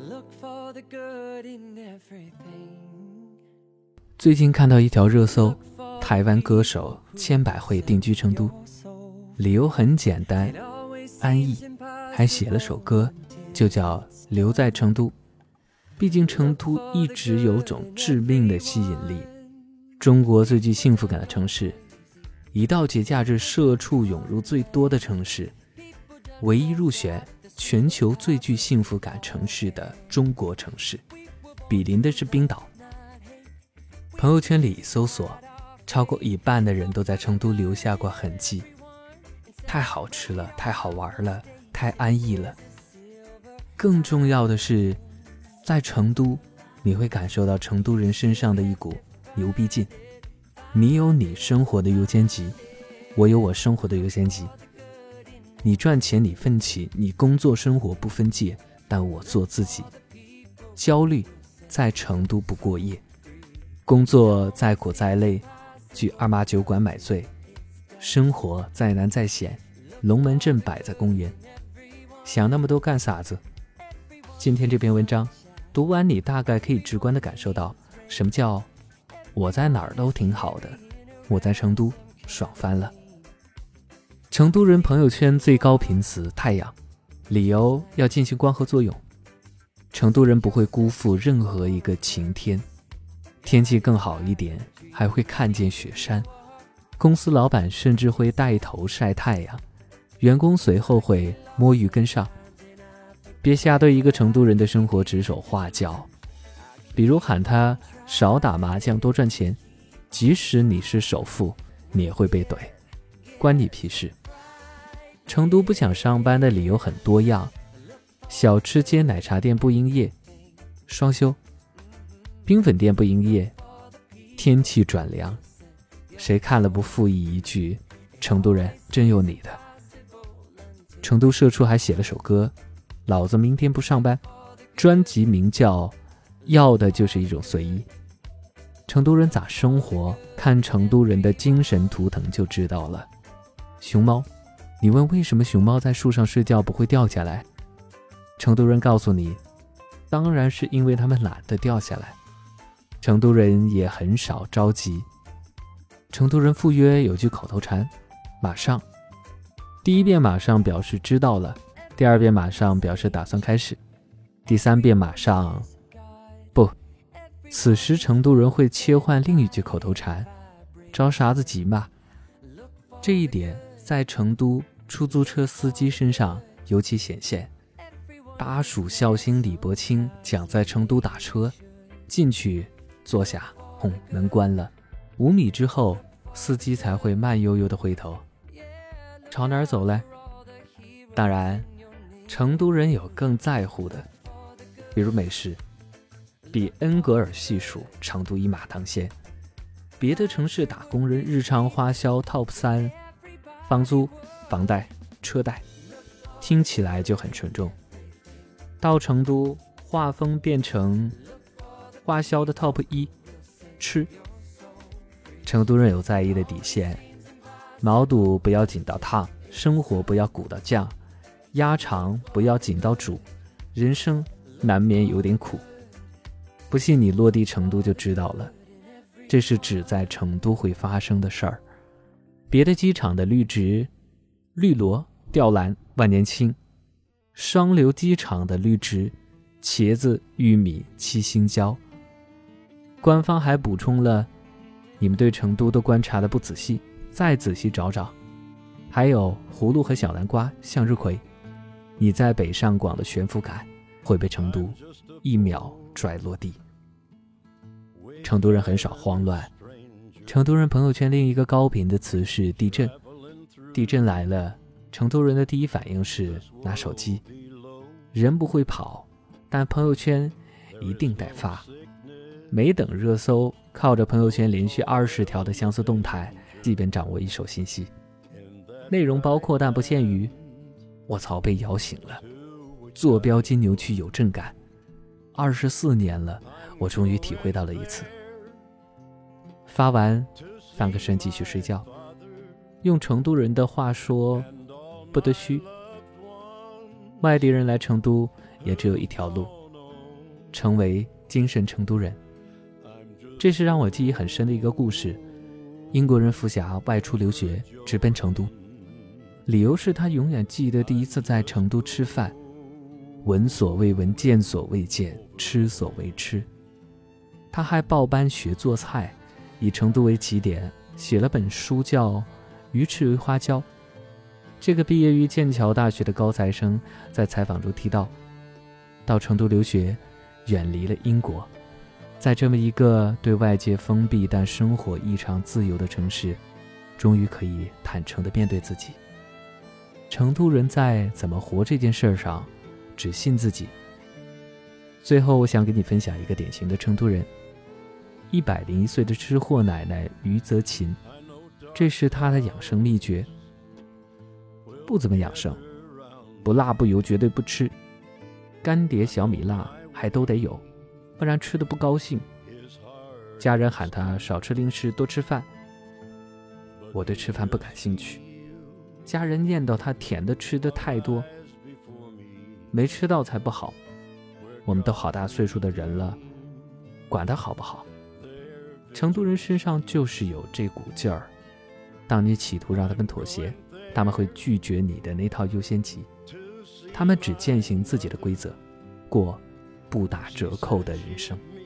最近看到一条热搜，台湾歌手千百惠定居成都，理由很简单，安逸，还写了首歌，就叫《留在成都》。毕竟成都一直有种致命的吸引力，中国最具幸福感的城市，一到节假日社畜涌入最多的城市，唯一入选全球最具幸福感城市的中国城市，比邻的是冰岛。朋友圈里搜索，超过一半的人都在成都留下过痕迹。太好吃了，太好玩了，太安逸了。更重要的是，在成都，你会感受到成都人身上的一股牛逼劲。你有你生活的优先级，我有我生活的优先级。你赚钱你奋起，你工作生活不分界，但我做自己。焦虑在成都不过夜，工作再苦再累，去二妈酒馆买醉，生活再难再险，龙门阵摆在公园。想那么多干啥子？今天这篇文章读完，你大概可以直观地感受到什么叫我在哪儿都挺好的，我在成都爽翻了。成都人朋友圈最高频词太阳，理由要进行光合作用。成都人不会辜负任何一个晴天，天气更好一点还会看见雪山，公司老板甚至会带头晒太阳，员工随后会摸鱼跟上。别瞎对一个成都人的生活指手画脚，比如喊他少打麻将多赚钱，即使你是首富你也会被怼，关你屁事。成都不想上班的理由很多样，小吃街奶茶店不营业，双休；冰粉店不营业，天气转凉。谁看了不附议一句，成都人真有你的。成都社畜还写了首歌，老子明天不上班，专辑名叫要的就是一种随意。成都人咋生活，看成都人的精神图腾就知道了。熊猫，你问为什么熊猫在树上睡觉不会掉下来，成都人告诉你，当然是因为他们懒得掉下来。成都人也很少着急。成都人赴约有句口头禅，马上。第一遍马上表示知道了，第二遍马上表示打算开始，第三遍马上不。此时成都人会切换另一句口头禅，着啥子急嘛。这一点在成都出租车司机身上尤其显现。巴蜀孝星李伯清讲在成都打车，进去坐下，门关了，5米之后司机才会慢悠悠地回头，朝哪儿走嘞？当然成都人有更在乎的，比如美食，比恩格尔细数，成都一马当先。别的城市打工人日常花销 TOP 3，房租、房贷、车贷，听起来就很沉重。到成都，画风变成花销的 TOP 1，吃。成都人有在意的底线，毛肚不要紧到烫，生活不要鼓到酱，鸭肠不要紧到煮，人生难免有点苦。不信你落地成都就知道了，这是只在成都会发生的事儿。别的机场的绿植，绿萝、吊兰、万年青；双流机场的绿植，茄子、玉米、七星椒。官方还补充了，你们对成都都观察的不仔细，再仔细找找，还有葫芦和小南瓜、向日葵。你在北上广的悬浮感会被成都一秒拽落地。成都人很少慌乱，成都人朋友圈另一个高频的词是地震。地震来了，成都人的第一反应是拿手机，人不会跑，但朋友圈一定得发。没等热搜，靠着朋友圈连续20条的相似动态，基本掌握一手信息。内容包括但不限于：我操，被摇醒了，坐标金牛区有震感，24年了，我终于体会到了一次。发完翻个身继续睡觉。用成都人的话说，不得虚。外地人来成都也只有一条路， 成为精神成都人。这是让我记忆很深的一个故事。英国人福霞外出留学，直奔成都，理由是他永远记得第一次在成都吃饭，闻所未闻，见所未见，吃所未吃。他还报班学做菜，以成都为起点，写了本书叫《鱼翅为花椒》。这个毕业于剑桥大学的高材生在采访中提到，到成都留学，远离了英国，在这么一个对外界封闭但生活异常自由的城市，终于可以坦诚地面对自己。成都人在怎么活这件事上，只信自己。最后我想给你分享一个典型的成都人，101岁的吃货奶奶余则勤。这是她的养生秘诀：不怎么养生，不辣不油绝对不吃，干碟小米辣还都得有，不然吃得不高兴。家人喊他少吃零食多吃饭，我对吃饭不感兴趣。家人念叨他甜的吃的太多，没吃到才不好。我们都好大岁数的人了，管他好不好。成都人身上就是有这股劲儿，当你企图让他们妥协，他们会拒绝你的那套优先级，他们只践行自己的规则，过不打折扣的人生。